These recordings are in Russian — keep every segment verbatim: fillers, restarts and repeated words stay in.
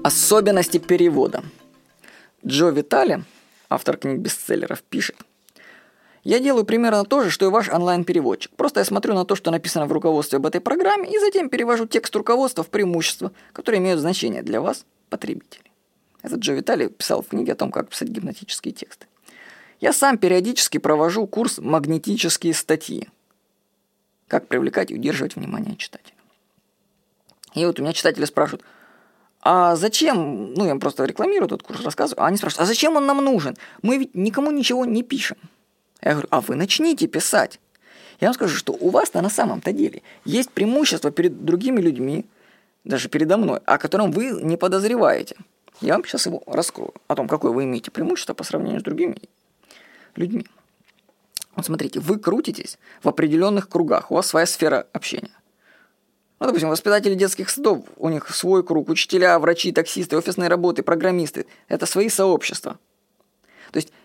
Особенности перевода. Джо Витали, автор книг-бестселлеров, пишет: «Я делаю примерно то же, что и ваш онлайн-переводчик. Просто я смотрю на то, что написано в руководстве об этой программе, и затем перевожу текст руководства в преимущества, которые имеют значение для вас, потребителей». Это Джо Витали писал в книге о том, как писать гипнотические тексты. Я сам периодически провожу курс «Магнетические статьи». Как привлекать и удерживать внимание читателя. И вот у меня читатели спрашивают: а зачем, ну я им просто рекламирую этот курс, рассказываю, а они спрашивают: а зачем он нам нужен? Мы ведь никому ничего не пишем. Я говорю: а вы начните писать. Я вам скажу, что у вас-то на самом-то деле есть преимущество перед другими людьми, даже передо мной, о котором вы не подозреваете. Я вам сейчас его раскрою, о том, какое вы имеете преимущество по сравнению с другими людьми. Вот смотрите, вы крутитесь в определенных кругах, у вас своя сфера общения. Ну, допустим, воспитатели детских садов, у них свой круг, учителя, врачи, таксисты, офисные работы, программисты. Это свои сообщества. То есть,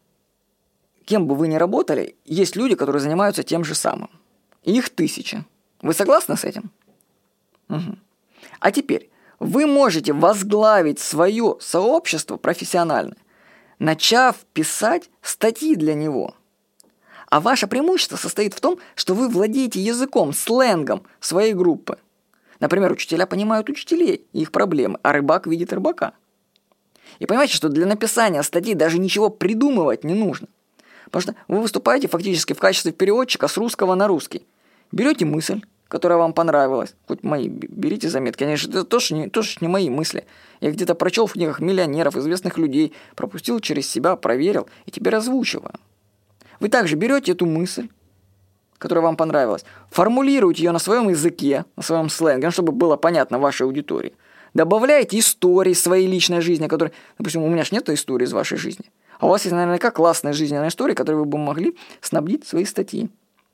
кем бы вы ни работали, есть люди, которые занимаются тем же самым. И их тысячи. Вы согласны с этим? Угу. А теперь, вы можете возглавить свое сообщество профессиональное, начав писать статьи для него. А ваше преимущество состоит в том, что вы владеете языком, сленгом своей группы. Например, учителя понимают учителей и их проблемы, а рыбак видит рыбака. И понимаете, что для написания статьи даже ничего придумывать не нужно. Потому что вы выступаете фактически в качестве переводчика с русского на русский. Берете мысль, которая вам понравилась, хоть мои, берите заметки, конечно, это тоже не, тоже не мои мысли. Я где-то прочел в книгах миллионеров, известных людей, пропустил через себя, проверил и теперь озвучиваю. Вы также берете эту мысль, которая вам понравилась, формулируете ее на своем языке, на своем сленге, чтобы было понятно вашей аудитории. Добавляете истории своей личной жизни, которые, допустим, у меня же нет истории из вашей жизни. А у вас есть наверняка классная жизненная история, которой вы бы могли снабдить свои статьи.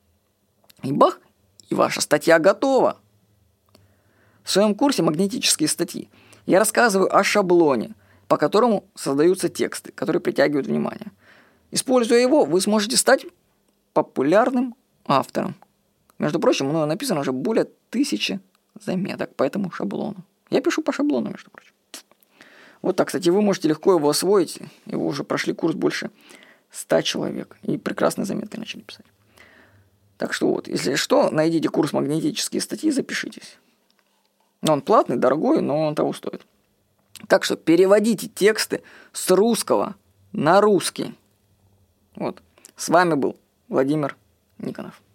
И бах, и ваша статья готова. В своем курсе «Магнетические статьи» я рассказываю о шаблоне, по которому создаются тексты, которые притягивают внимание. Используя его, вы сможете стать популярным автором. Между прочим, мною написано уже более тысячи заметок по этому шаблону. Я пишу по шаблону, между прочим. Вот так, кстати, вы можете легко его освоить. Его уже прошли курс больше ста человек. И прекрасные заметки начали писать. Так что вот, если что, найдите курс «Магнетические статьи», запишитесь. Он платный, дорогой, но он того стоит. Так что переводите тексты с русского на русский. Вот. С вами был Владимир Никонов.